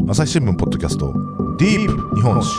朝日新聞ポッドキャストディープ日本史。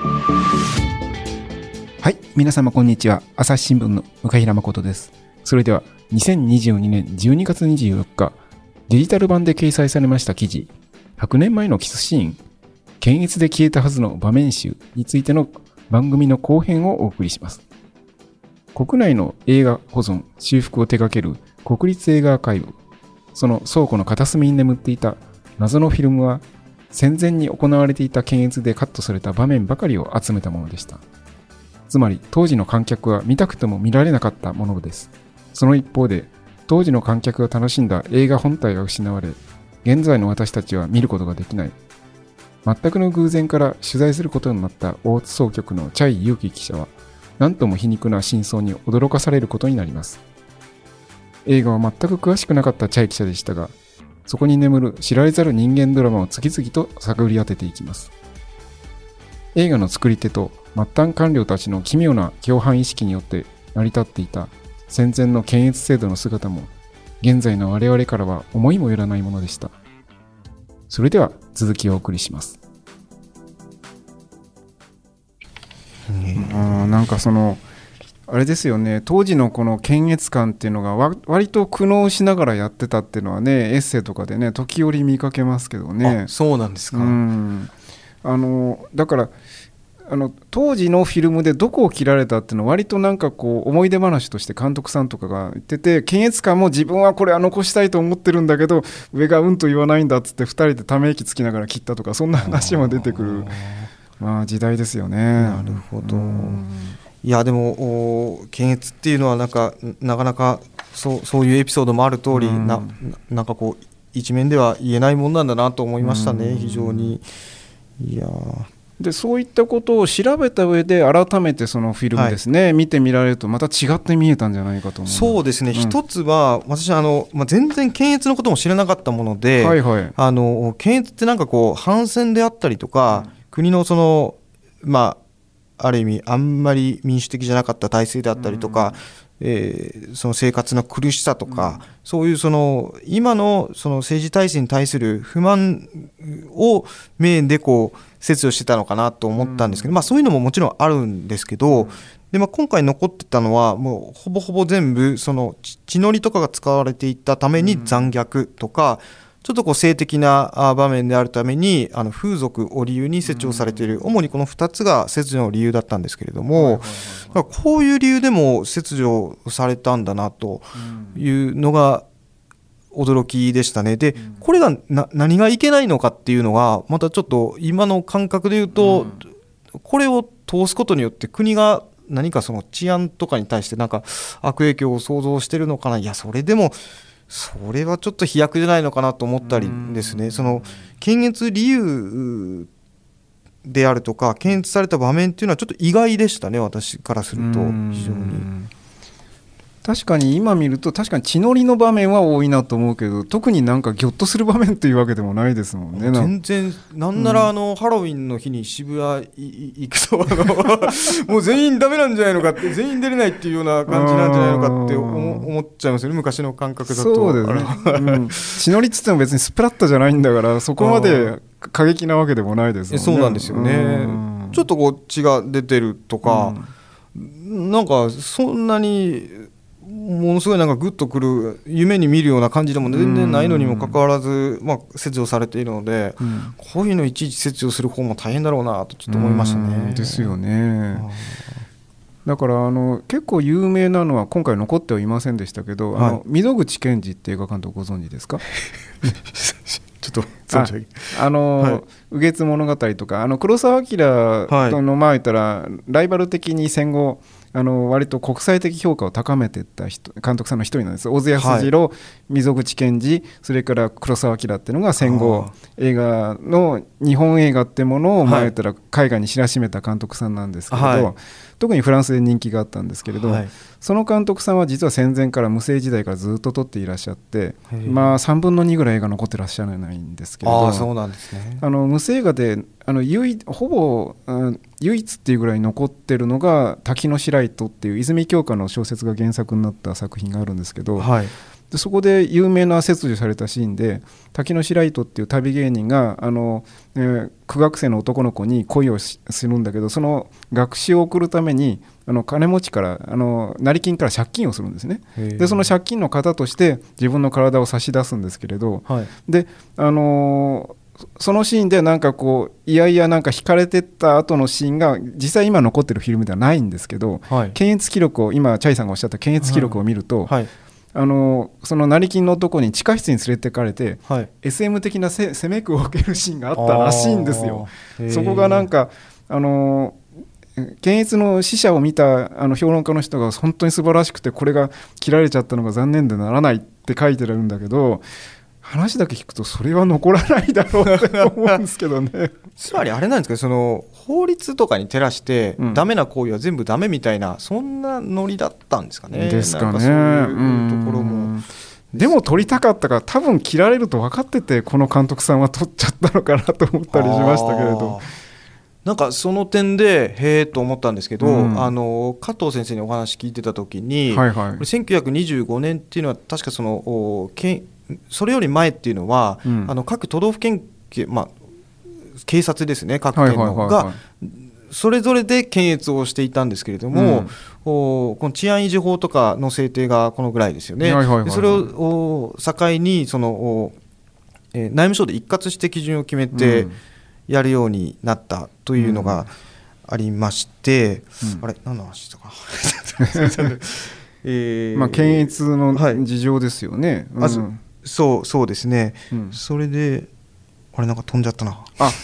はい、皆様こんにちは。朝日新聞の向平誠です。それでは2022年12月24日デジタル版で掲載されました記事、100年前のキスシーン、検閲で消えたはずの場面集についての番組の後編をお送りします。国内の映画保存修復を手掛ける国立映画アーカイブ、その倉庫の片隅に眠っていた謎のフィルムは、戦前に行われていた検閲でカットされた場面ばかりを集めたものでした。つまり当時の観客は見たくても見られなかったものです。その一方で、当時の観客が楽しんだ映画本体が失われ、現在の私たちは見ることができない。全くの偶然から取材することになった大津総局のチャイ・ユウキ記者は、なんとも皮肉な真相に驚かされることになります。映画は全く詳しくなかったチャイ記者でしたが、そこに眠る知られざる人間ドラマを次々と探り当てていきます。映画の作り手と末端官僚たちの奇妙な共犯意識によって成り立っていた戦前の検閲制度の姿も、現在の我々からは思いもよらないものでした。それでは続きをお送りします。なんかあれですよね、当時のこの検閲官っていうのが割と苦悩しながらやってたっていうのはね、エッセイとかでね時折見かけますけどね。 そうなんですか。 だから当時のフィルムでどこを切られたっていうのは割となんかこう思い出話として監督さんとかが言ってて、検閲官も自分はこれは残したいと思ってるんだけど上がうんと言わないんだっつって2人でため息つきながら切ったとか、そんな話も出てくる、時代ですよね。 なるほど。いやでも検閲っていうのはなかなかそういうエピソードもある通り、なんかこう一面では言えないもんなんだなと思いましたね。非常に。いやでそういったことを調べた上で改めてそのフィルムですね、見てみられるとまた違って見えたんじゃないかと思う。 そうですね、一つは私全然検閲のことも知らなかったもので、検閲ってなんかこう反戦であったりとか、国のある意味あんまり民主的じゃなかった体制であったりとか、その生活の苦しさとか、そういう今の政治体制に対する不満をメインでこう説をしてたのかなと思ったんですけど、そういうのももちろんあるんですけど、で今回残ってたのはもうほぼほぼ全部血のりとかが使われていたために残虐とか、ちょっとこう性的な場面であるために風俗を理由に設置をされている、主にこの2つが切除の理由だったんですけれども、こういう理由でも切除されたんだなというのが驚きでしたね。でこれが何がいけないのかっていうのがまたちょっと今の感覚で言うと、これを通すことによって国が何か治安とかに対してなんか悪影響を想像してるのかな。いやそれでもそれはちょっと飛躍じゃないのかなと思ったりですね。検閲理由であるとか検閲された場面っていうのはちょっと意外でしたね、私からすると。非常に確かに今見ると確かに血のりの場面は多いなと思うけど、特になんかギョッとする場面というわけでもないですもんね。 全然なんならハロウィンの日に渋谷行くともう全員ダメなんじゃないのかって、全員出れないっていうような感じなんじゃないのかって思っちゃいますよね、昔の感覚だと。 そうですね、血のりっつっても別にスプラッタじゃないんだから、そこまで過激なわけでもないですもんね。 そうなんですよね。ちょっとこう血が出てるとか、なんかそんなにものすごいなんかグッとくる夢に見るような感じでも全然ないのにもかかわらず、切除されているので、こういうのいちいち切除する方も大変だろうなとちょっと思いましたね。 ですよね。だから結構有名なのは今回残ってはいませんでしたけど、溝口健二って映画監督ご存知ですか？ ちょっと雨月物語とか黒澤明の言ったらライバル的に戦後割と国際的評価を高めていった監督さんの一人なんです。小津安二郎、溝口健二、それから黒澤明っていうのが戦後映画の日本映画ってものを言ったら海外に知らしめた監督さんなんですけれど、特にフランスで人気があったんですけれど、その監督さんは実は戦前から無声時代からずっと撮っていらっしゃって、3分の2ぐらい映画残ってらっしゃらないんですけれど、 そうなんですね。 無声映画でほぼ唯一っていうぐらい残ってるのが滝の白糸っていう泉鏡花の小説が原作になった作品があるんですけど、 でそこで有名な切除されたシーンで滝野白糸っていう旅芸人が苦学生の男の子に恋をするんだけど、その学士を送るために金持ちから成金から借金をするんですね。でその借金の方として自分の体を差し出すんですけれど、はい、でそのシーンでなんかこういやいやなんか惹かれてった後のシーンが実際今残ってるフィルムではないんですけど、はい、検閲記録を今チャイさんがおっしゃった検閲記録を見ると、はいはい、その成金の男に地下室に連れて行かれて、はい、SM 的な攻め句を受けるシーンがあったらしいんですよ。そこがなんか検閲の死者を見た評論家の人が本当に素晴らしくて、これが切られちゃったのが残念でならないって書いてあるんだけど、話だけ聞くとそれは残らないだろうって思うんですけどねつまりあれなんですか、その法律とかに照らして、ダメな行為は全部ダメみたいな、そんなノリだったんですかね。 ですかね。 なんかそういうところもでも撮りたかったから、多分切られると分かっててこの監督さんは撮っちゃったのかなと思ったりしましたけれど、 なんかその点でへえと思ったんですけど、加藤先生にお話聞いてた時に、はいはい、1925年っていうのは確かそれより前っていうのは、各都道府県警、警察ですね、各県のがそれぞれで検閲をしていたんですけれども、この治安維持法とかの制定がこのぐらいですよね。でそれを境に内務省で一括して基準を決めてやるようになったというのがありまして、あれ何の話とか検閲の事情ですよね。 そうですね、それであれなんか飛んじゃったな。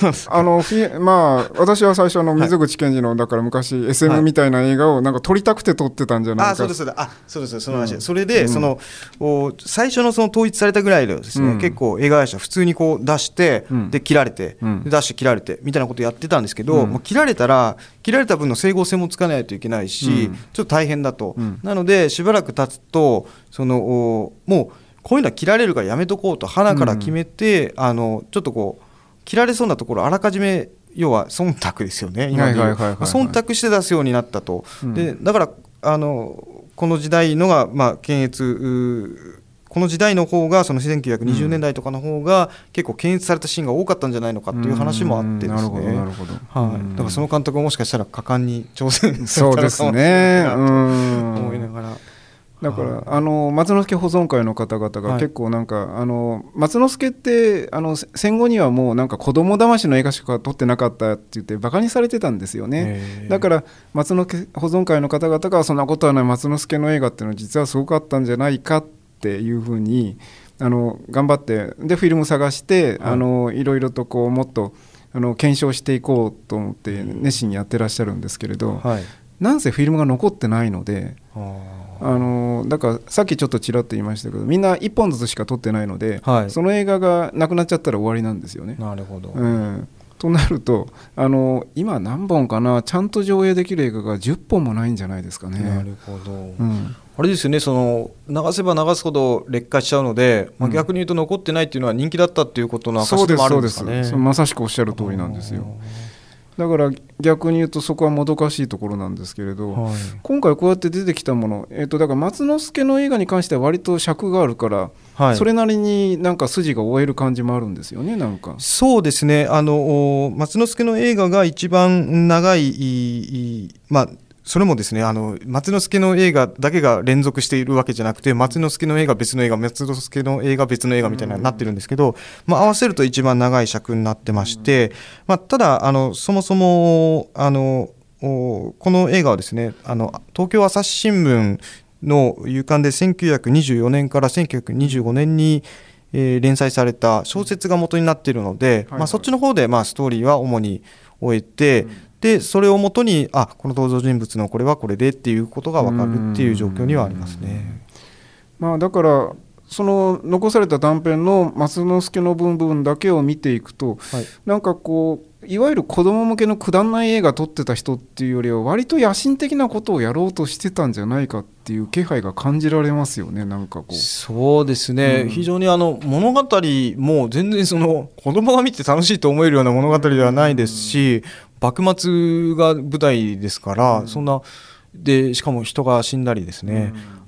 私は最初水口健二のだから昔 SM みたいな映画をなんか撮りたくて撮ってたんじゃないか。 そうですその話、それで最初のその統一されたぐらいでですね、結構映画会社普通にこう出して、で切られて、出して切られてみたいなことやってたんですけど、もう切られた分の整合性もつかないといけないし、ちょっと大変だと、なのでしばらく経つともうこういうのは切られるからやめとこうと鼻から決めて、ちょっとこう切られそうなところあらかじめ、要は忖度ですよね、今でいう忖度して出すようになったと。でだからこの時代のが、検閲、この時代の方がその1920年代とかの方が結構検閲されたシーンが多かったんだという話もあってですね。だからその監督ももしかしたら果敢に挑戦されたのかもしれないなと思いながら。 だから松之助保存会の方々が結構なんか、松之助って戦後にはもうなんか子供騙しの映画しか撮ってなかったって言ってバカにされてたんですよね。だから松之助保存会の方々がそんなことはない、松之助の映画っていうのは実はすごかったんじゃないかっていうふうに頑張ってでフィルム探して、いろいろとこうもっと検証していこうと思って熱心にやってらっしゃるんですけれど、なんせフィルムが残ってないので、だからさっきちょっとちらっと言いましたけど、みんな1本ずつしか撮ってないので、その映画がなくなっちゃったら終わりなんですよね。 なるほど、 となると今何本かな、ちゃんと上映できる映画が10本もないんじゃないですかね。 なるほど、あれですよね、流せば流すほど劣化しちゃうので、逆に言うと残ってないっていうのは人気だったっていうことの証でもあるんですかね。 そうです、まさしくおっしゃる通りなんですよ。だから逆に言うとそこはもどかしいところなんですけれど、今回こうやって出てきたもの、だから松之助の映画に関しては割と尺があるから、それなりになんか筋が追える感じもあるんですよね。なんかそうですね、松之助の映画が一番長い、それもですね、松之助の映画だけが連続しているわけじゃなくて、松之助の映画別の映画、松之助の映画別の映画みたいになってるんですけど、合わせると一番長い尺になってまして、ただそもそもこの映画はですね、東京朝日新聞の夕刊で1924年から1925年に連載された小説が元になっているので、そっちの方でストーリーは主に終えて、でそれをもとにこの登場人物のこれはこれでっていうことが分かるっていう状況にはありますね。 だからその残された短編の松之助の部分だけを見ていくと、なんかこういわゆる子供向けのくだんない映画撮ってた人っていうよりは割と野心的なことをやろうとしてたんじゃないかっていう気配が感じられますよね。なんかこうそうですね、非常に物語も全然子供が見て楽しいと思えるような物語ではないですし、幕末が舞台ですから、そんなでしかも人が死んだりですね、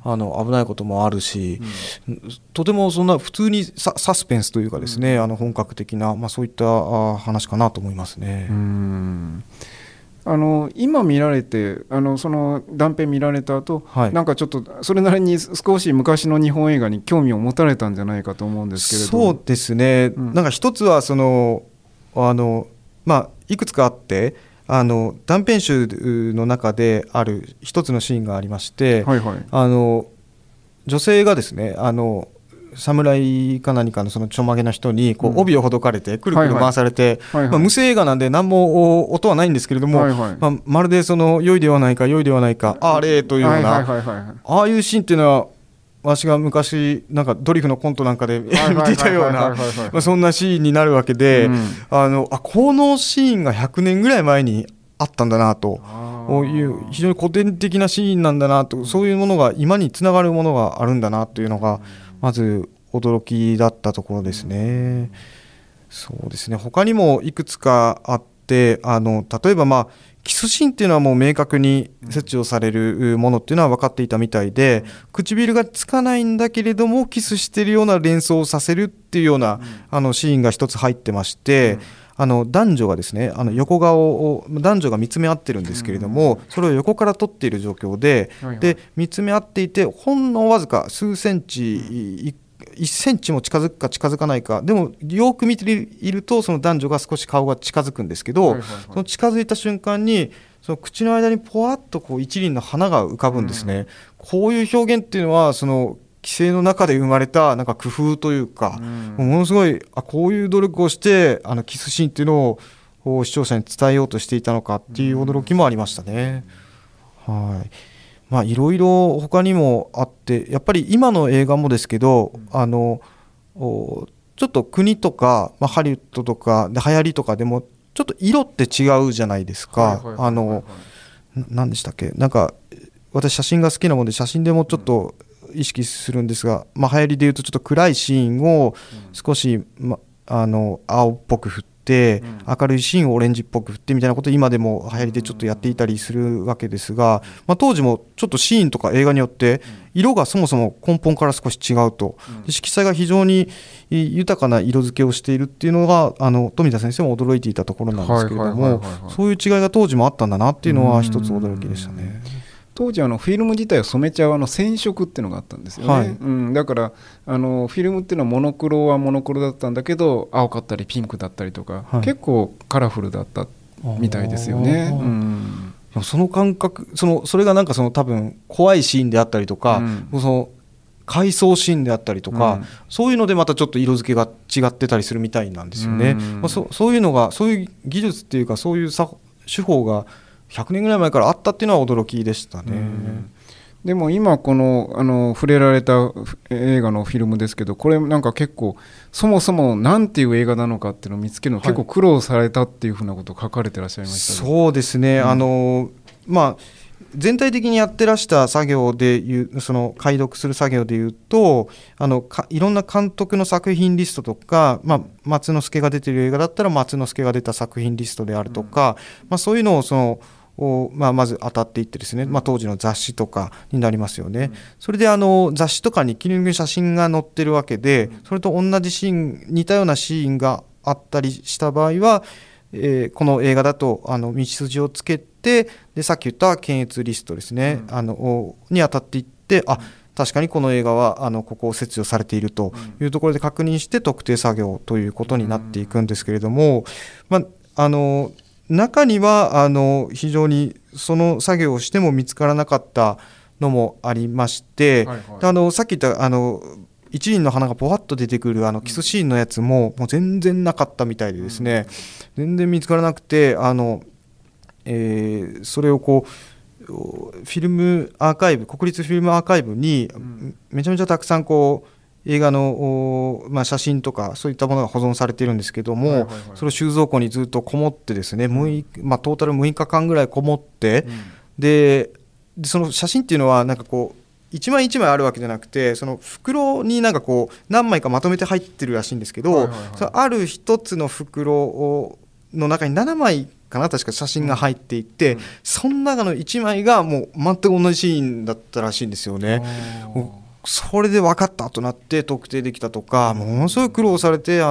危ないこともあるし、とてもそんな普通にサスペンスというかですね、本格的な、そういった話かなと思いますね。 今見られてその断片見られた後、なんかちょっとそれなりに少し昔の日本映画に興味を持たれたんじゃないかと思うんですけれども。 そうですね、なんか一つはそのいくつかあって断片集の中である一つのシーンがありまして、女性がですね侍か何かのそのちょんまげの人にこう帯をほどかれてくるくる回されて、無声映画なんで何も音はないんですけれども、まるでその良いではないか良いではないかあれというような、ああいうシーンっていうのは私が昔なんかドリフのコントなんかで見ていたようなそんなシーンになるわけで、このシーンが100年ぐらい前にあったんだなという非常に古典的なシーンなんだなと、そういうものが今につながるものがあるんだなというのがまず驚きだったところですね。そうですね、他にもいくつかあって、例えばキスシーンっていうのはもう明確に切除されるものっていうのは分かっていたみたいで、唇がつかないんだけれどもキスしてるような連想をさせるっていうようなシーンが一つ入ってまして、男女がですね横顔を男女が見つめ合ってるんですけれども、それを横から撮っている状況で、見つめ合っていてほんのわずか数センチ1センチも近づくか近づかないか、でもよく見ているとその男女が少し顔が近づくんですけど、その近づいた瞬間にその口の間にポワッとこう一輪の花が浮かぶんですね。こういう表現っていうのはその規制の中で生まれたなんか工夫というか、ものすごいこういう努力をしてキスシーンっていうのを視聴者に伝えようとしていたのかっていう驚きもありましたね。いろいろ他にもあって、やっぱり今の映画もですけど、ちょっと国とか、ハリウッドとかで流行りとかでもちょっと色って違うじゃないですか。何でしたっけ、なんか私写真が好きなので写真でもちょっと意識するんですが、流行りでいうとちょっと暗いシーンを少し、青っぽく振って、明るいシーンをオレンジっぽく振ってみたいなことを今でも流行りでちょっとやっていたりするわけですが、当時もちょっとシーンとか映画によって色がそもそも根本から少し違うと、色彩が非常に豊かな色付けをしているっていうのが富田先生も驚いていたところなんですけれども、そういう違いが当時もあったんだなっていうのは一つ驚きでしたね。 当時フィルム自体を染めちゃう染色っていうのがあったんですよね。だからフィルムっていうのはモノクロはモノクロだったんだけど、青かったりピンクだったりとか、結構カラフルだったみたいですよね。 その感覚、それがなんか多分怖いシーンであったりとか、その回想シーンであったりとか、そういうのでまたちょっと色付けが違ってたりするみたいなんですよね。そういうのが、そういう技術っていうか、そういう手法が100年ぐらい前からあったっていうのは驚きでしたね。 でも今この触れられた映画のフィルムですけど、これなんか結構そもそもなんていう映画なのかっていうのを見つけるの結構苦労されたっていうふうなことを書かれてらっしゃいましたね。 そうですね、全体的にやってらした作業でいうその解読する作業でいうといろんな監督の作品リストとか、松之助が出ている映画だったら松之助が出た作品リストであるとか、そういうのをまず当たっていってですね、当時の雑誌とかになりますよね。それで雑誌とかに切り抜きの写真が載ってるわけで、それと同じシーン、似たようなシーンがあったりした場合は、この映画だと道筋をつけて、でさっき言った検閲リストですね、に当たっていって、確かにこの映画はここを切除されているというところで確認して特定作業ということになっていくんですけれども、中には非常にその作業をしても見つからなかったのもありまして、さっき言った一輪の花がポワッと出てくるキスシーンのやつもう全然なかったみたいでですね、全然見つからなくて、それをフィルムアーカイブ、国立フィルムアーカイブにめちゃめちゃたくさん映画の、写真とかそういったものが保存されているんですけども、それを収蔵庫にずっとこもってですね、トータル6日間ぐらいこもって、でその写真っていうのはなんか一枚一枚あるわけじゃなくて、その袋になんか何枚かまとめて入ってるらしいんですけど、ある一つの袋の中に7枚かな、確か写真が入っていて、その中の1枚がもう全く同じシーンだったらしいんですよね。それで分かったとなって特定できたとか、ものすごい苦労されて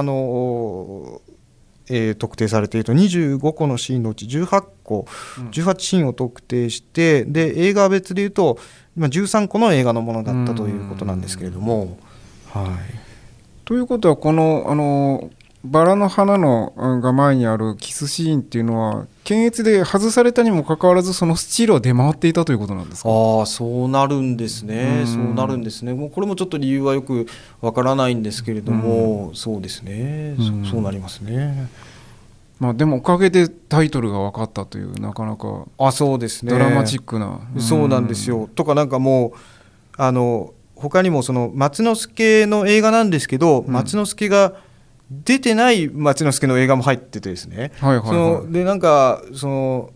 特定されていると25個のシーンのうち18シーンを特定して、で映画別でいうと今13個の映画のものだったということなんですけれども、はい、 ということはこのバラの花のが前にあるキスシーンっていうのは検閲で外されたにもかかわらずそのスチールは出回っていたということなんですか？ そうなるんですね。そうなるんですね。もうこれもちょっと理由はよくわからないんですけれども、そうですね、そうなりますね。 でもおかげでタイトルが分かったというなかなかそうですね、 ドラマチックな、 そうなんですよ。とかなんかもう他にもその松之助の映画なんですけど、松之助が出てない松之助の映画も入っててですね、でなんかその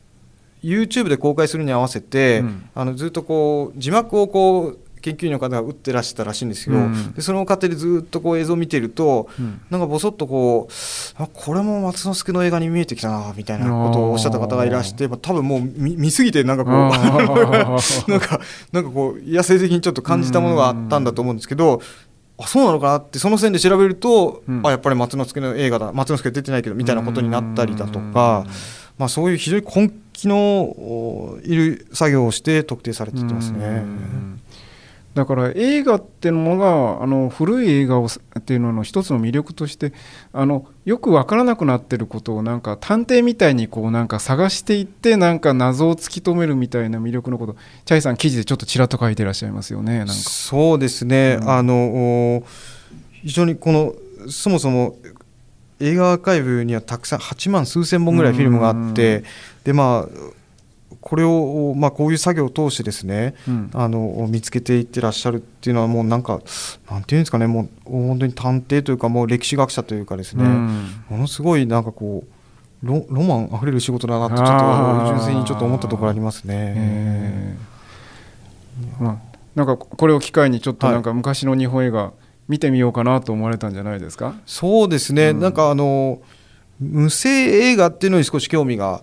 YouTube で公開するに合わせて、ずっとこう字幕をこう研究員の方が打ってらしたらしいんですよ、でその過程でずっとこう映像を見てると、なんかぼそっとこれも松之助の映画に見えてきたなみたいなことをおっしゃった方がいらして、多分もう 見すぎてなんかこうなんかこう野生的にちょっと感じたものがあったんだと思うんですけど、そうなのかなってその線で調べると、やっぱり松之助の映画だ、松之助出てないけどみたいなことになったりだとか、そういう非常に根気のいる作業をして特定されていってますね。 だから映画っていうのが古い映画っていうのの一つの魅力としてよく分からなくなってることをなんか探偵みたいにこうなんか探していってなんか謎を突き止めるみたいな魅力のこと、チャイさん記事でちょっとちらっと書いてらっしゃいますよね。なんかそうですね、非常にそもそも映画アーカイブにはたくさん8万数千本ぐらいフィルムがあって、でこれをこういう作業を通してですね、見つけていってらっしゃるっていうのはもうなんていうんですかね、もう本当に探偵というかもう歴史学者というかですね、ものすごいなんかこうロマンあふれる仕事だなとちょっと純粋にちょっと思ったところありますね。 なんかこれを機会にちょっとなんか昔の日本映画見てみようかなと思われたんじゃないですか？ そうですね、なんか無声映画っていうのに少し興味が、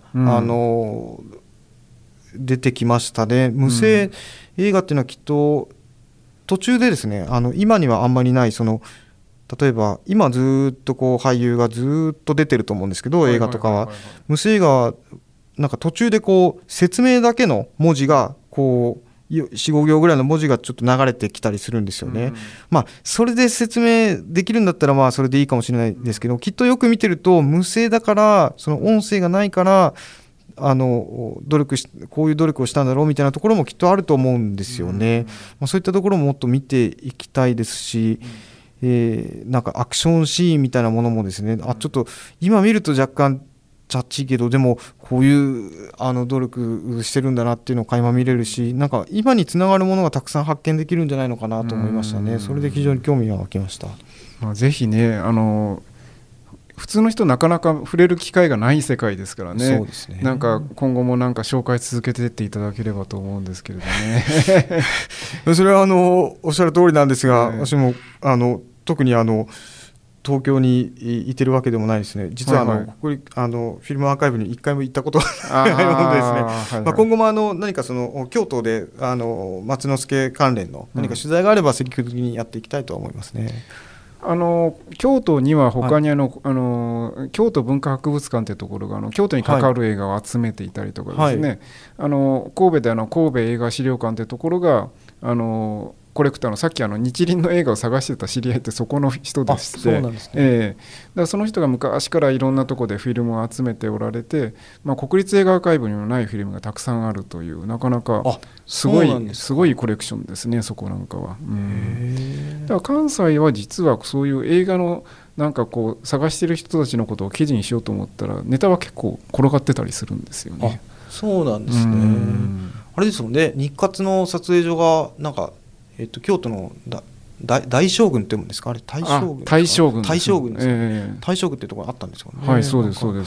出てきましたね。無声映画っていうのはきっと途中でですね、今にはあんまりない例えば今ずっとこう俳優がずっと出てると思うんですけど、映画とかは無声映画はなんか途中でこう説明だけの文字がこう 4,5 行ぐらいの文字がちょっと流れてきたりするんですよね。それで説明できるんだったらそれでいいかもしれないですけど、きっとよく見てると無声だからその音声がないからこういう努力をしたんだろうみたいなところもきっとあると思うんですよね。そういったところももっと見ていきたいですし、なんかアクションシーンみたいなものもですね、ちょっと今見ると若干チャッチーけど、でもこういう努力してるんだなっていうのを垣間見れるし、なんか今につながるものがたくさん発見できるんじゃないのかなと思いましたね。それで非常に興味が湧きました。 ぜひね、普通の人なかなか触れる機会がない世界ですからね。そうですね。なんか今後もなんか紹介続けていっていただければと思うんですけれどね。 それはおっしゃる通りなんですが、私も特に東京にいてるわけでもないですね。実はここにフィルムアーカイブに一回も行ったことがないのでですね、今後も何か京都で松之助関連の何か取材があれば積極的にやっていきたいと思いますね。 京都には他に京都文化博物館というところが京都に関わる映画を集めていたりとかですね、神戸で神戸映画資料館というところがコレクターのさっき日輪の映画を探してた知り合いってそこの人でして、だからその人が昔からいろんなところでフィルムを集めておられて、国立映画アーカイブにもないフィルムがたくさんあるというなかなかすごいコレクションですね、そこなんかは。だから関西は実はそういう映画のなんかこう探してる人たちのことを記事にしようと思ったらネタは結構転がってたりするんですよね。 そうなんですね。あれですもんね、日活の撮影所がなんか京都の大将軍って言うんですか、あれ大将軍ですか？大将軍っていうところがあったんですよね。 はい、そうですそうです。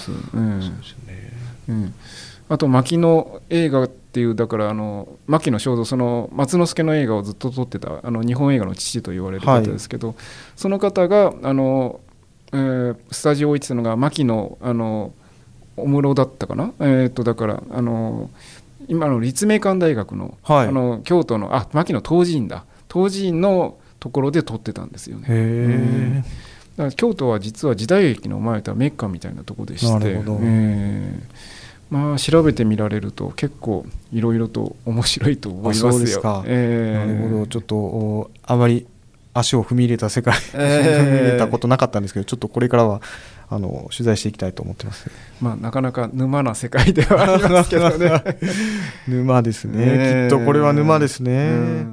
あと牧野映画っていう、だから牧野正蔵、松之助の映画をずっと撮ってた日本映画の父と言われる方ですけど、その方がスタジオを置いてたのが牧野小室だったかな、だから今の立命館大学の、 はい、 京都の牧野東寺院だ、東寺院のところで撮ってたんですよね。 へだから京都は実は時代劇の生まれたメッカみたいなところでして、 なるほど、 まあ、調べてみられると結構いろいろと面白いと思いますよ。 そうですか、なるほど。ちょっとあまり足を踏み入れた世界、踏み入れたことなかったんですけど、ちょっとこれからは取材していきたいと思ってます。 まあ、なかなか沼な世界ではありますけどね沼ですね、きっとこれは沼ですね。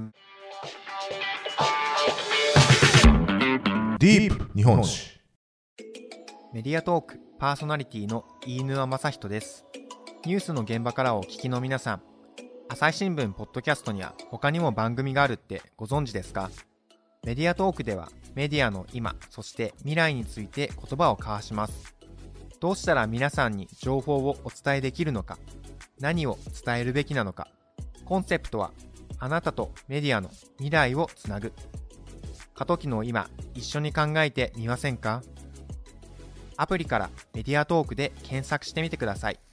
ディープ日本史。 メディアトークパーソナリティの飯沼正人です。ニュースの現場からお聞きの皆さん、朝日新聞ポッドキャストには他にも番組があるってご存知ですか？メディアトークではメディアの今、そして未来について言葉を交わします。どうしたら皆さんに情報をお伝えできるのか、何を伝えるべきなのか。コンセプトはあなたとメディアの未来をつなぐ。過渡期の今、一緒に考えてみませんか？アプリからメディアトークで検索してみてください。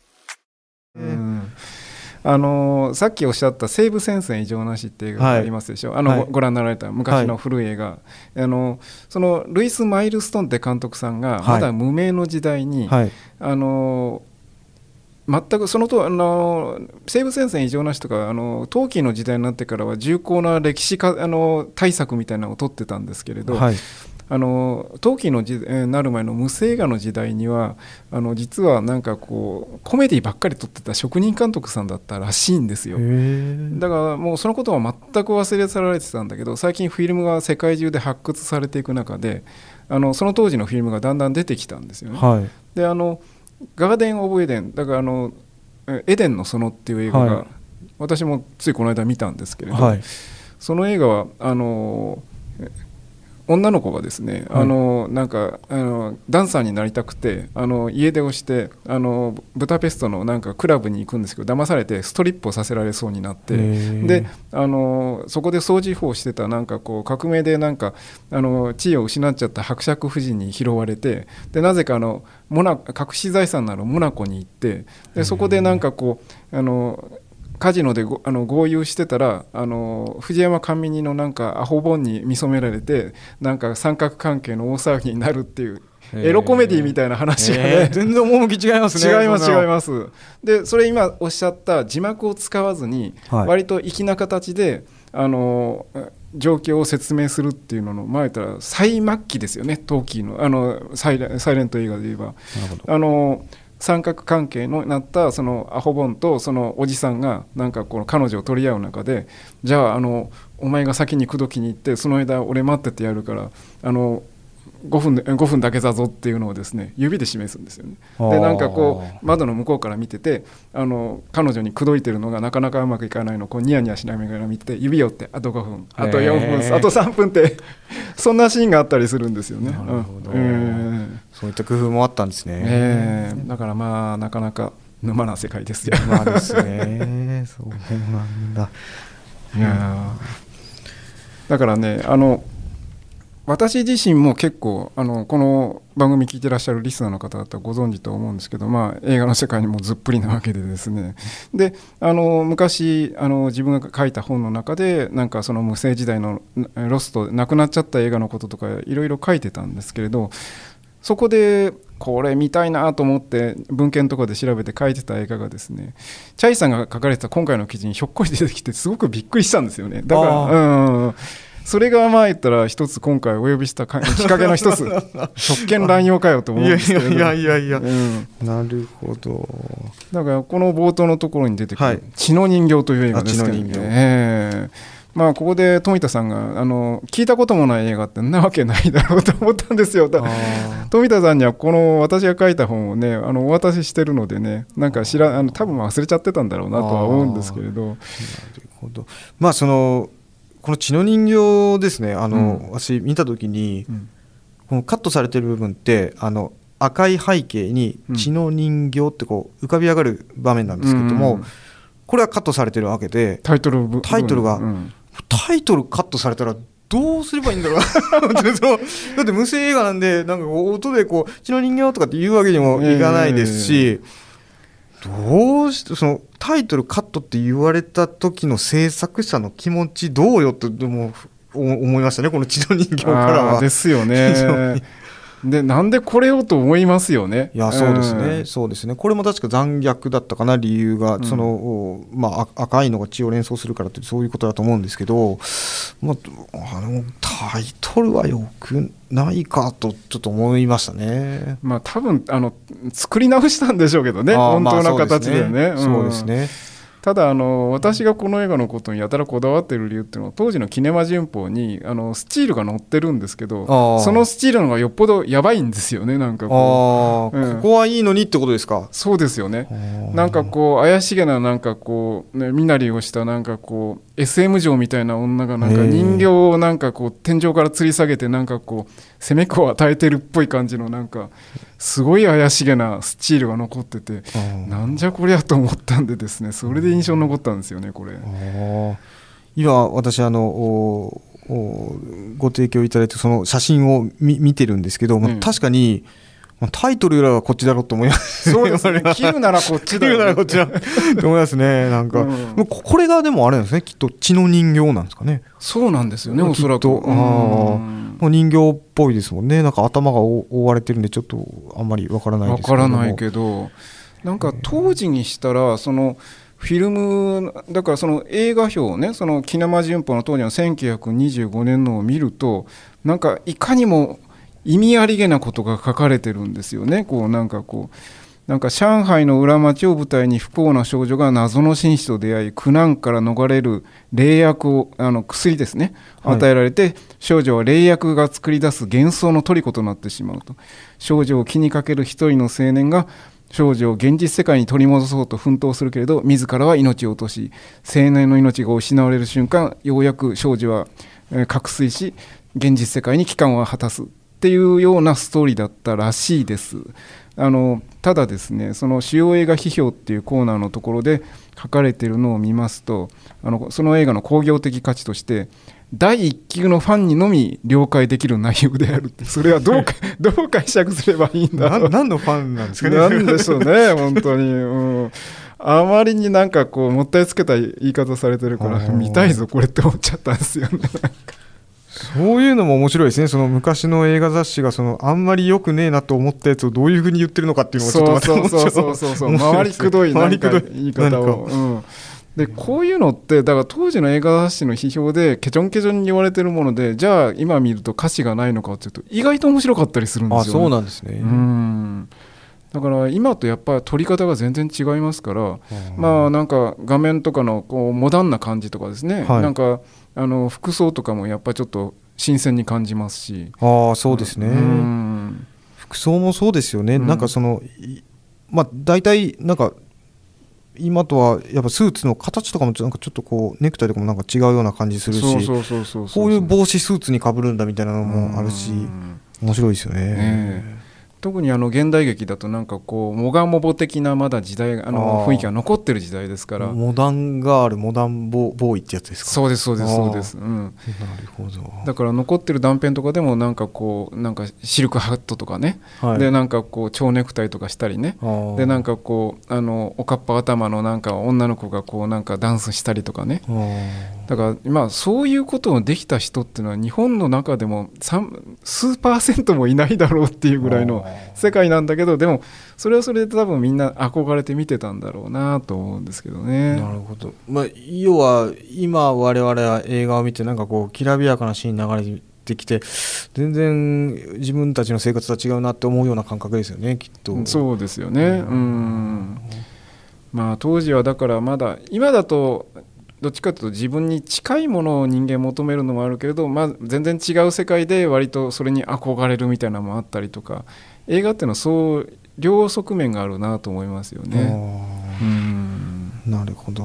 さっきおっしゃった西部戦線異常なしって映画がありますでしょ、ご覧になられた昔の古い映画、そのルイス・マイルストンって監督さんがまだ無名の時代に、全くそのと西部戦線異常なしとか陶器の時代になってからは重厚な歴史対策みたいなのを撮ってたんですけれど、陶器のなる前の無声映画の時代には実はなんかこうコメディばっかり撮ってた職人監督さんだったらしいんですよ。だからもうそのことは全く忘れ去られてたんだけど、最近フィルムが世界中で発掘されていく中でその当時のフィルムがだんだん出てきたんですよね。でガーデン・オブ・エデンだからエデンの園っていう映画が、私もついこの間見たんですけれど、その映画は女の子がですね、なんかダンサーになりたくて家出をしてブダペストのなんかクラブに行くんですけど、騙されてストリップをさせられそうになって、でそこで掃除婦をしてたなんかこう革命でなんか地位を失っちゃった伯爵夫人に拾われて、でなぜか隠し財産のあるモナコに行って、でそこでなんかこうカジノで豪遊してたら藤山上二のなんかアホ本に見初められて、なんか三角関係の大騒ぎになるっていうエロコメディみたいな話がね、 全然趣違いますね。 違います。でそれ今おっしゃった字幕を使わずに、割と粋な形で状況を説明するっていうのの前から最末期ですよね。陶器のサイレント映画で言えば三角関係のなったそのアホボンとそのおじさんがなんかこの彼女を取り合う中で、じゃあお前が先に口説きに行ってその間俺待っててやるから5分だけだぞっていうのをですね指で示すんですよね。でなんかこう窓の向こうから見てて彼女に口説いてるのがなかなかうまくいかないのをこうニヤニヤしながら見て指を折ってあと5分あと4分あと3分ってそんなシーンがあったりするんですよね。 なるほど、そういった工夫もあったんですね。 だからまあなかなか沼な世界ですよ。 沼ですねそうなんだ。 いやだからね私自身も結構この番組聞いてらっしゃるリスナーの方だったらご存知と思うんですけど、映画の世界にもずっぷりなわけでですね、で昔自分が書いた本の中でなんかその無声時代のロストなくなっちゃった映画のこととかいろいろ書いてたんですけれど、そこでこれ見たいなと思って文献とかで調べて書いてた映画がですね、チャイさんが書かれてた今回の記事にひょっこり出てきてすごくびっくりしたんですよね。だからそれが言ったら一つ今回お呼びしたきっかけの一つ職権乱用かよと思うんですけど、 いや、なるほど。 だからこの冒頭のところに出てくる血の人形という映画ですけどね、ここで富田さんが聞いたこともない映画ってんなわけないだろうと思ったんですよ。富田さんにはこの私が書いた本をねお渡ししてるのでね、なんか多分忘れちゃってたんだろうなとは思うんですけれど。なるほど。この血の人形ですね、私見た時に、このカットされてる部分って赤い背景に血の人形ってこう浮かび上がる場面なんですけども、これはカットされてるわけでタイトルが、タイトルカットされたらどうすればいいんだろうだって無声映画なんでなんか音でこう血の人形とかって言うわけにもいかないですし、どうしてそのタイトルカットって言われた時の制作者の気持ちどうよってでも思いましたね、この血の人形からは。 ですよねでなんでこれをと思いますよね。 いやそうですね、そうですね。これも確か残虐だったかな、理由が、その赤いのが血を連想するからってそういうことだと思うんですけど、タイトルはよくないかとちょっと思いましたね。 多分作り直したんでしょうけどね、本当の形でね。 そうですね。 ただ私がこの映画のことにやたらこだわってる理由っていうのは、当時のキネマ旬報にスチールが載ってるんですけど、そのスチールの方がよっぽどやばいんですよね。なんかここはいいのにってことですか。 そうですよね。なんかこう怪しげななんかこう、身なりをしたなんかこう SM 嬢みたいな女がなんか人形をなんかこう天井から吊り下げてなんかこう攻め子を与えてるっぽい感じのなんかすごい怪しげなスチールが残ってて、なんじゃこりゃと思ったんでですね、それで印象に残ったんですよねこれ。 今私ご提供いただいてその写真を見てるんですけど、確かにタイトルよりはこっちだろうと思います。 そうですね。切るならこっちだよ、ね。切るならこっちだと思いますね。なんか、これがでもあれなんですね。きっと血の人形なんですかね。 そうなんですよね。おそらく。 人形っぽいですもんね。なんか頭が覆われてるんでちょっとあんまりわからないですけど。 わからないけど、なんか当時にしたらそのフィルムだからその映画表をね、そのキネマ旬報の当時の1925年のを見ると、なんかいかにも意味ありげなことが書かれてるんですよね。なんか上海の裏町を舞台に不幸な少女が謎の紳士と出会い、苦難から逃れる霊薬を薬ですね与えられて、少女は霊薬が作り出す幻想の虜となってしまうと。少女を気にかける一人の青年が少女を現実世界に取り戻そうと奮闘するけれど、自らは命を落とし、青年の命が失われる瞬間、ようやく少女は覚醒し現実世界に帰還を果たすっていうようなストーリーだったらしいです。ただですね、その主要映画批評っていうコーナーのところで書かれているのを見ますと、その映画の興行的価値として第一級のファンにのみ了解できる内容であるって、それはどう解釈すればいいんだろう。 何のファンなんですかね。 なんでしょうね本当に、あまりになんかこうもったいつけた言い方されてるから見たいぞこれって思っちゃったんですよね。 そういうのも面白いですね。その昔の映画雑誌があんまり良くねえなと思ったやつをどういうふうに言ってるのかっていうのがちょっとまた面白い。 そう回りくどいなんか言い方を、でこういうのってだから当時の映画雑誌の批評でケチョンケチョンに言われてるもので、じゃあ今見ると歌詞がないのかっていうと意外と面白かったりするんですよね。 そうなんですね。 だから今とやっぱり撮り方が全然違いますから、なんか画面とかのこうモダンな感じとかですね、なんか服装とかもやっぱりちょっと新鮮に感じますし。 そうですね。服装もそうですよね。なんか大体なんか今とはやっぱスーツの形とかもなんかちょっとこうネクタイとかもなんか違うような感じするし、こういう帽子スーツに被るんだみたいなのもあるし、面白いですよね。 特に現代劇だとなんかこうモガモボ的なまだ時代雰囲気が残ってる時代ですから。 モダンガール、モダンボーイってやつですか。 そうです、なるほど。だから残ってる断片とかでもなんかこうなんかシルクハットとかね、でなんかこう蝶ネクタイとかしたりね、でなんかこうおかっぱ頭のなんか女の子がこうなんかダンスしたりとかね。だからそういうことをできた人っていうのは日本の中でも数%もいないだろうっていうぐらいの世界なんだけど、でもそれはそれで多分みんな憧れて見てたんだろうなと思うんですけどね。 なるほど。要は今我々は映画を見てなんかこうきらびやかなシーン流れてきて全然自分たちの生活とは違うなって思うような感覚ですよね、きっと。 そうですよね。当時はだからまだ今だとどっちかというと自分に近いものを人間求めるのもあるけれど、全然違う世界で割とそれに憧れるみたいなのもあったりとか、映画っていうのはそう両側面があるなと思いますよね。 なるほど。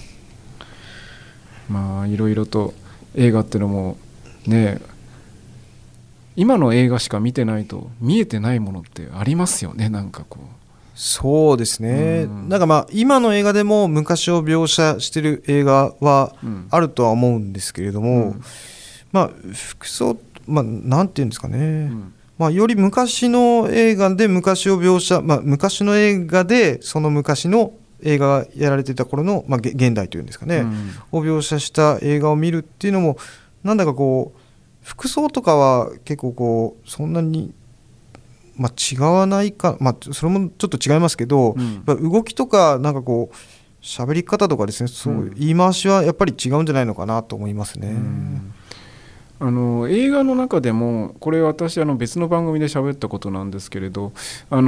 いろいろと映画っていうのもね、今の映画しか見てないと見えてないものってありますよね。なんかこうそうですね。なんか今の映画でも昔を描写してる映画はあるとは思うんですけれども、 服装、なんていうんですかね、より昔の映画で昔を描写、昔の映画でその昔の映画がやられていた頃の、現代というんですかね、を描写した映画を見るっていうのもなんだかこう服装とかは結構こうそんなに、違わないか、それもちょっと違いますけど、動きとかなんかこう喋り方とかですね、そう言い回しはやっぱり違うんじゃないのかなと思いますね。 映画の中でもこれ私別の番組で喋ったことなんですけれど、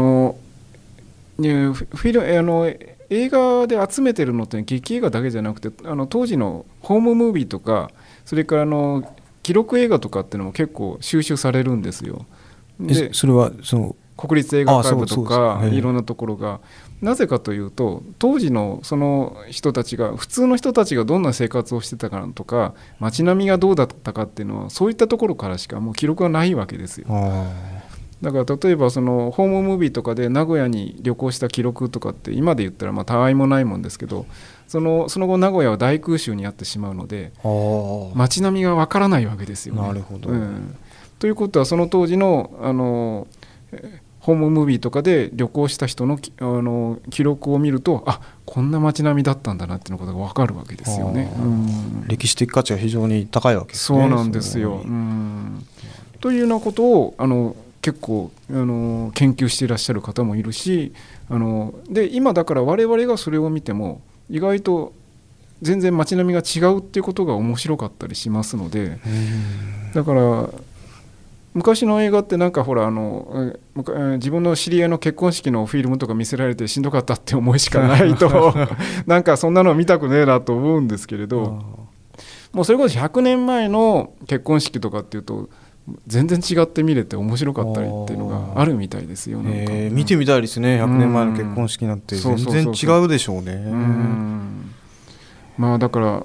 映画で集めてるのって劇映画だけじゃなくて当時のホームムービーとかそれから記録映画とかっていうのも結構収集されるんですよ。でそれはその国立映画会部とかいろんなところがなぜかというと当時のその人たちが普通の人たちがどんな生活をしてたかとか街並みがどうだったかっていうのはそういったところからしかもう記録はないわけですよ。だから例えばそのホームムービーとかで名古屋に旅行した記録とかって今で言ったらたわいもないもんですけどその後名古屋は大空襲にあってしまうので街並みがわからないわけですよね。 なるほど、 ということはその当時のホームムービーとかで旅行した人の記録を見るとこんな街並みだったんだなっていうことが分かるわけですよね。 歴史的価値が非常に高いわけですね。 そうなんですよ。というようなことを結構研究していらっしゃる方もいるしで今だから我々がそれを見ても意外と全然街並みが違うっていうことが面白かったりしますのでだから昔の映画ってなんかほら自分の知り合いの結婚式のフィルムとか見せられてしんどかったって思いしかないとなんかそんなの見たくねえなと思うんですけれどもうそれこそ100年前の結婚式とかっていうと全然違って見れて面白かったりっていうのがあるみたいですよ。 見てみたいですね。100年前の結婚式なんて全然違うでしょうね。 だから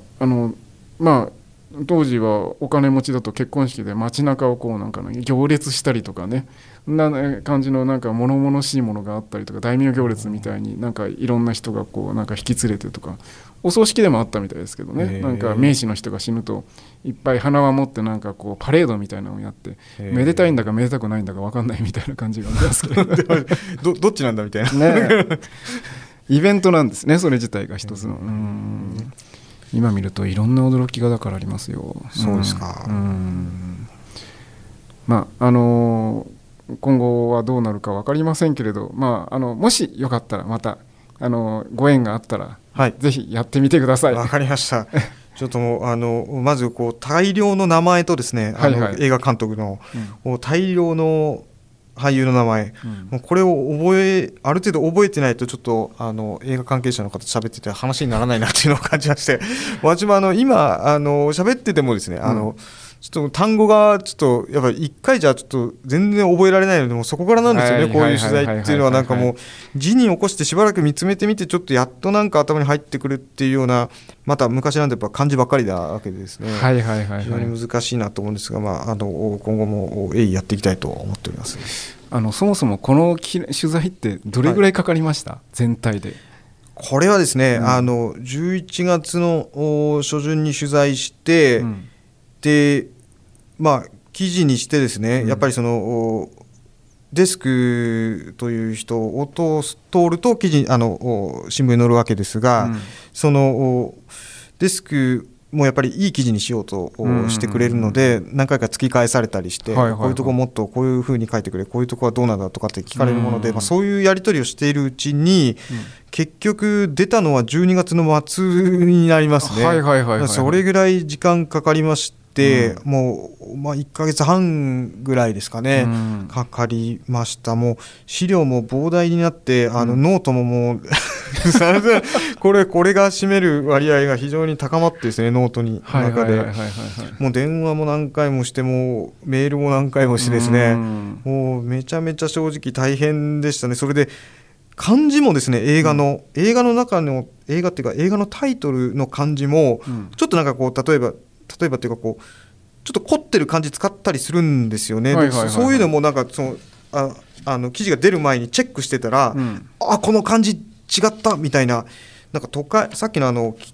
当時はお金持ちだと結婚式で街中をこうなんか行列したりとかねな感じのなんか物々しいものがあったりとか大名行列みたいになんかいろんな人がこうなんか引き連れてとかお葬式でもあったみたいですけどねなんか名士の人が死ぬといっぱい花輪持ってなんかこうパレードみたいなのをやってめでたいんだかめでたくないんだか分かんないみたいな感じがありますけどどっちなんだみたいな、 イベントなんですねそれ自体が一つの今見るといろんな驚きがだからありますよ。 そうですか。 今後はどうなるか分かりませんけれど、もしよかったらまたご縁があったら、ぜひやってみてください。 わかりました。ちょっともうまずこう大量の名前とですね映画監督の、大量の俳優の名前、もうこれをある程度覚えてないとちょっと映画関係者の方と喋ってて話にならないなっていうのを感じまして私も今喋っててもですねちょっと単語がちょっとやっぱり1回じゃちょっと全然覚えられないのでもうそこからなんですよね。こういう取材っていうのはなんかもう字に起こしてしばらく見つめてみてちょっとやっとなんか頭に入ってくるっていうようなまた昔なんでやっぱ漢字ばっかりなわけでですね非常に難しいなと思うんですが、今後もやっていきたいと思っております。 そもそもこの取材ってどれぐらいかかりました、全体で。 これはですね、11月の初旬に取材して、で記事にしてですね、やっぱりそのデスクという人を通ると記事新聞に載るわけですが、そのデスクもやっぱりいい記事にしようとしてくれるので、何回か突き返されたりして、こういうとこもっとこういうふうに書いてくれ、こういうとこはどうなんだとかって聞かれるもので、そういうやり取りをしているうちに、結局出たのは12月の末になりますね。それぐらい時間かかりまして、もう1ヶ月半ぐらいですかね、かかりました。もう資料も膨大になって、ノートももうこれが占める割合が非常に高まってですね、ノートに中でもう電話も何回もしてもメールも何回もしてですね、もうめちゃめちゃ正直大変でしたね。それで漢字もですね、映画の中の映画っていうか映画のタイトルの漢字もちょっとなんかこう例えばっていうかこうちょっと凝ってる漢字使ったりするんですよね。そういうのもなんか記事が出る前にチェックしてたら、この漢字違ったみたいな、なんかさっきの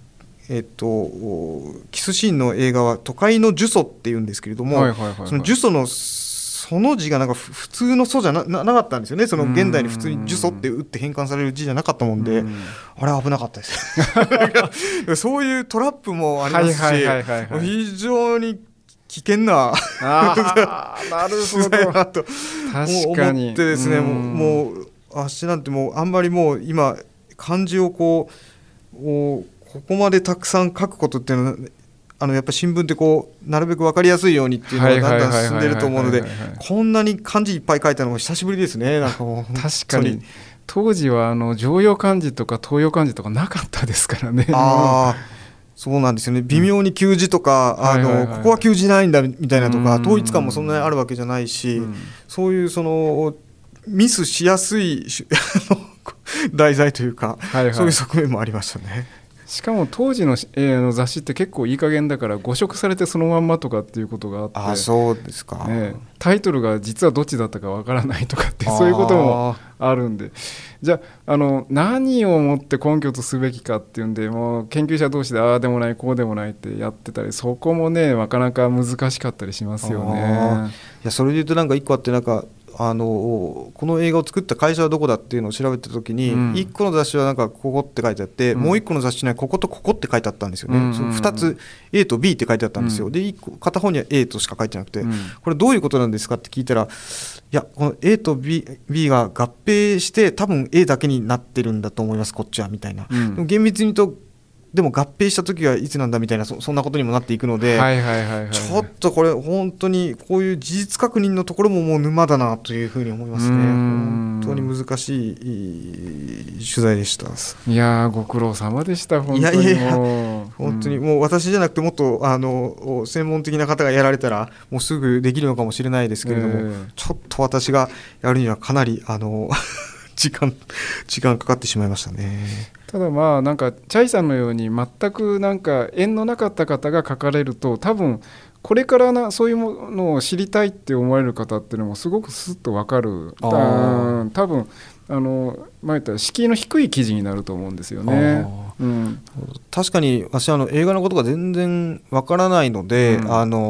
キスシーンの映画は都会の呪詛っていうんですけれども、その呪詛のその字がなんか普通の祖じゃ なかったんですよね。その現代に普通に呪詛って打って変換される字じゃなかったもんで、あれ危なかったですそういうトラップもありますし、非常に危険ななるほどだと思ってですね、もう私なんてもうあんまりもう今漢字をここまでたくさん書くことっていうのはやっぱり新聞ってなるべく分かりやすいようにっていうのがだんだん進んでると思うので、こんなに漢字いっぱい書いたのも久しぶりですね。なんかもう確かに当時は常用漢字とか東洋漢字とかなかったですからね。 そうなんですよね。微妙に旧字とか、ここは旧字ないんだみたいなとか、統一感もそんなにあるわけじゃないし、そういうそのミスしやすい題材というか、そういう側面もありましたね。 しかも当時の雑誌って結構いい加減だから誤植されてそのまんまとかっていうことがあって、 そうですか、 タイトルが実はどっちだったかわからないとかってそういうこともあるんで、じゃあ何をもって根拠とすべきかっていうんで、もう研究者同士でああでもないこうでもないってやってたり、そこもねなかなか難しかったりしますよね。 いやそれで言うとなんか一個あって、なんかこの映画を作った会社はどこだっていうのを調べたときに、1個の雑誌はなんかここって書いてあって、もう1個の雑誌にはこことここって書いてあったんですよね。その2つ A と B って書いてあったんですよ。で片方には A としか書いてなくて、これどういうことなんですかって聞いたら、いやこの A と B が合併して多分 A だけになってるんだと思いますこっちはみたいな、でも厳密に言うとでも合併した時はいつなんだみたいな そんなことにもなっていくので、ちょっとこれ本当にこういう事実確認のところももう沼だなというふうに思いますね。本当に難しい取材でした。 いやご苦労様でした。本当に本当にもう私じゃなくてもっと専門的な方がやられたらもうすぐできるのかもしれないですけれども、ちょっと私がやるにはかなり時間かかってしまいましたね。 ただなんかチャイさんのように全くなんか縁のなかった方が書かれると、多分これからそういうものを知りたいって思われる方っていうのもすごくスッと分かる。多分言ったら敷居の低い記事になると思うんですよね。 確かに私映画のことが全然分からないので、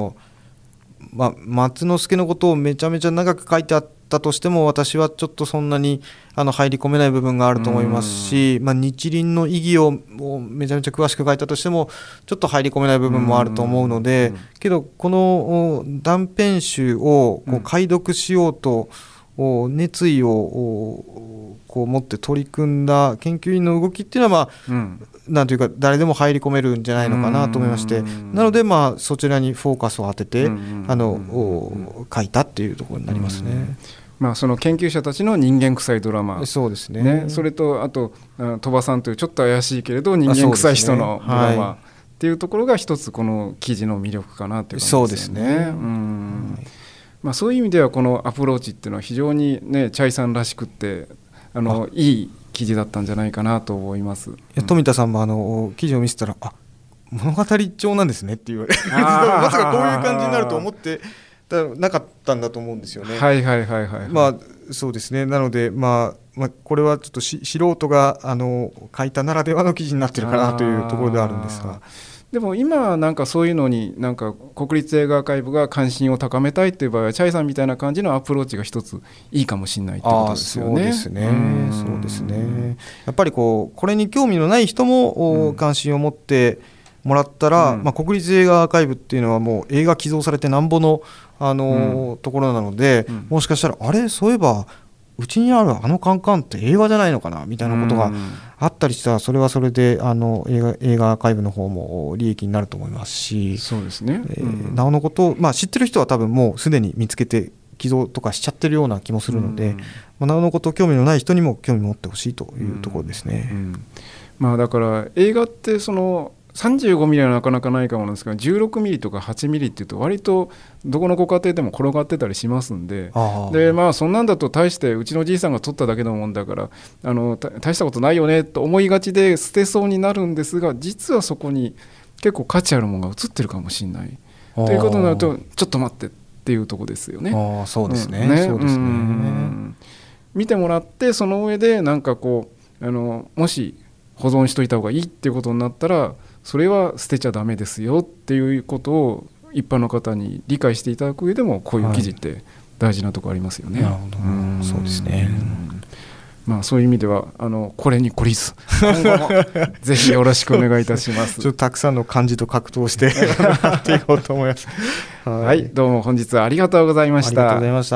松之助のことをめちゃめちゃ長く書いてあったとしても、私はちょっとそんなに入り込めない部分があると思いますし、日輪の意義をめちゃめちゃ詳しく書いたとしてもちょっと入り込めない部分もあると思うので、けどこの断片集を解読しようと熱意を持って取り組んだ研究員の動きっていうのはなんというか誰でも入り込めるんじゃないのかなと思いまして、なのでそちらにフォーカスを当てて書いたっていうところになりますね。 その研究者たちの人間臭いドラマ、 そうですね。 それとあと鳥羽さんというちょっと怪しいけれど人間臭い人のドラマっていうところが一つこの記事の魅力かなという感じですね。そうですね。そういう意味ではこのアプローチっていうのは非常にねチャイさんらしくっていい記事だったんじゃないかなと思います。 富田さんも記事を見せたら物語調なんですねって言われまさかこういう感じになると思ってなかったんだと思うんですよね。そうですね。なのでこれはちょっと素人が書いたならではの記事になってるかなというところではあるんですが、 でも今なんかそういうのになんか国立映画アーカイブが関心を高めたいという場合はチャイさんみたいな感じのアプローチが一ついいかもしれないってことですよね。 そうですね。やっぱりこれに興味のない人も関心を持ってもらったら、国立映画アーカイブっていうのはもう映画寄贈されてなんぼの、ところなので、もしかしたらそういえばうちにあるカンカンって映画じゃないのかなみたいなことがあったりしたら、それはそれで映画アーカイブの方も利益になると思いますし、 そうですね。 なおのことを、知ってる人は多分もうすでに見つけて寄贈とかしちゃってるような気もするので、なおのこと興味のない人にも興味を持ってほしいというところですね。 だから映画って35ミリはなかなかないかもなんですが、16ミリとか8ミリっていうと割とどこのご家庭でも転がってたりしますんで、そんなんだと大してうちのじいさんが撮っただけのもんだから大したことないよねと思いがちで捨てそうになるんですが、実はそこに結構価値あるものが映ってるかもしれないということになると、ちょっと待ってっていうところですよね。 そうですね。 見てもらってその上でなんかもし保存しといた方がいいっていうことになったら、 それは捨てちゃダメですよっていうことを一般の方に理解していただく上でもこういう記事って大事なところありますよね。 なるほど、そうですね。 そういう意味ではこれに懲りず今後もぜひよろしくお願いいたしますちょっとたくさんの漢字と格闘してやっていこうと思いますはい、どうも本日はありがとうございました。 ありがとうございました。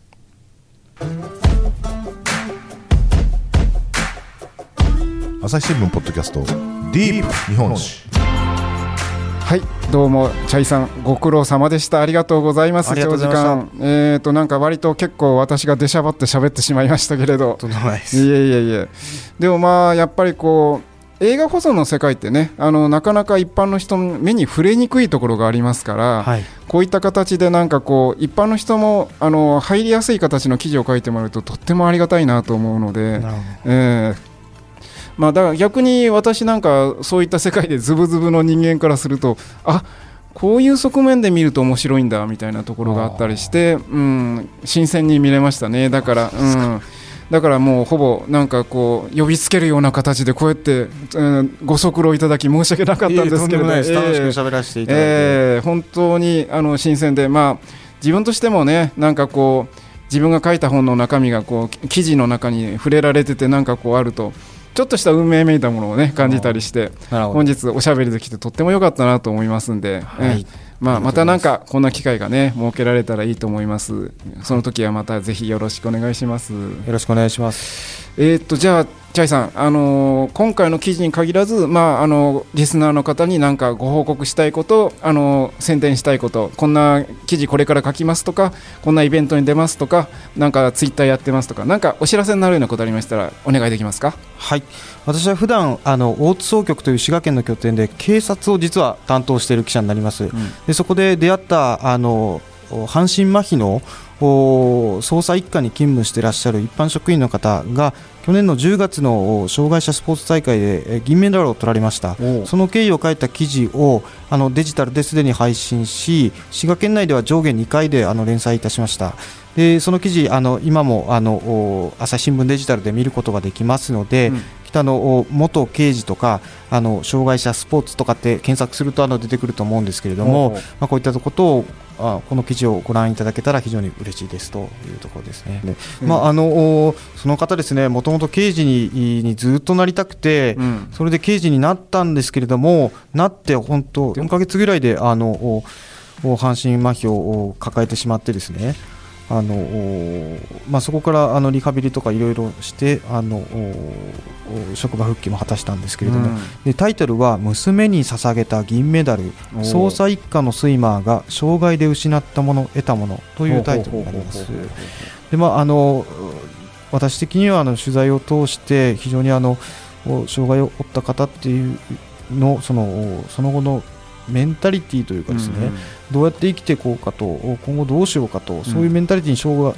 朝日新聞ポッドキャストディープ日本史。 はい、どうもチャイさんご苦労様でした。ありがとうございます。長時間なんか割と結構私が出しゃばって喋ってしまいましたけれど、 とんでもないです。 いえでもやっぱりこう映画保存の世界ってね、なかなか一般の人の目に触れにくいところがありますから、はい、こういった形でなんかこう一般の人も入りやすい形の記事を書いてもらうととってもありがたいなと思うので、だから逆に私なんかそういった世界でズブズブの人間からすると、こういう側面で見ると面白いんだみたいなところがあったりして、新鮮に見れましたね。だからもうほぼなんかこう呼びつけるような形でこうやって、ご足労いただき申し訳なかったんですけれど、 楽しく喋らせていただいて、 本当に新鮮で、自分としてもね、なんかこう自分が書いた本の中身がこう記事の中に触れられてて、なんかこうあるとちょっとした運命めいたものをね感じたりして、本日おしゃべりできてとっても良かったなと思いますんで、またなんかこんな機会がね設けられたらいいと思います。その時はまたぜひよろしくお願いします。よろしくお願いします。 じゃあチャイさん、今回の記事に限らず、リスナーの方に何かご報告したいこと、宣伝したいこと、こんな記事これから書きますとか、こんなイベントに出ますとか、なんかツイッターやってますとか、なんかお知らせになるようなことありましたらお願いできますか。 はい、私は普段大津総局という滋賀県の拠点で警察を実は担当している記者になります。でそこで出会った半身麻痺の捜査一課に勤務していらっしゃる一般職員の方が去年の10月の障害者スポーツ大会で銀メダルを取られました。その経緯を書いた記事をデジタルですでに配信し、滋賀県内では上下2回で連載いたしました。でその記事今も朝日新聞デジタルで見ることができますので、北の元刑事とか障害者スポーツとかって検索すると出てくると思うんですけれども、こういったことをこの記事をご覧いただけたら非常に嬉しいですというところですね。その方ですね、もともと刑事にずっとなりたくて、それで刑事になったんですけれども、なって本当4ヶ月ぐらいで半身麻痺を抱えてしまってですね、そこからリハビリとかいろいろして職場復帰も果たしたんですけれども、でタイトルは娘に捧げた銀メダル、捜査一課のスイマーが障害で失ったもの得たものというタイトルになります。で私的には取材を通して非常に障害を負った方っていうのその後のメンタリティというかですね、どうやって生きていこうかと、今後どうしようかと、そういうメンタリティに焦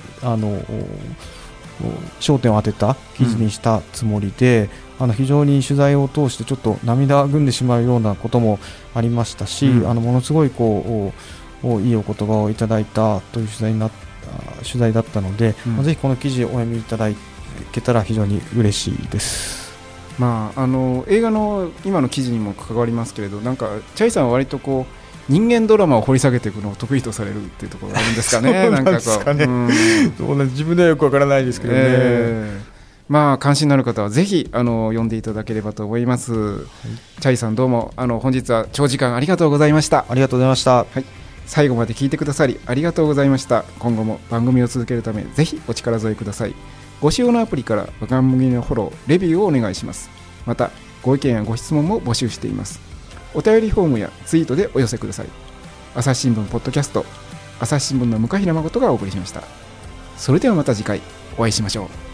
点を当てた記事にしたつもりで、非常に取材を通してちょっと涙ぐんでしまうようなこともありましたし、ものすごいいいお言葉をいただいたという取材だったので、ぜひこの記事をお読みいただけたら非常に嬉しいです。 映画の今の記事にも関わりますけれど、なんかチャイさんは割とこう人間ドラマを掘り下げていくのを得意とされるっていうところがあるんですかね。 そうなんですかね。自分ではよくわからないですけどね。 関心のある方はぜひ読んでいただければと思います。チャイさんどうも本日は長時間ありがとうございました。 ありがとうございました。 最後まで聞いてくださりありがとうございました。今後も番組を続けるためぜひお力添えください。ご使用のアプリから番組のフォロー、レビューをお願いします。またご意見やご質問も募集しています。お便りフォームやツイートでお寄せください。朝日新聞ポッドキャスト、朝日新聞の向平誠がお送りしました。それではまた次回お会いしましょう。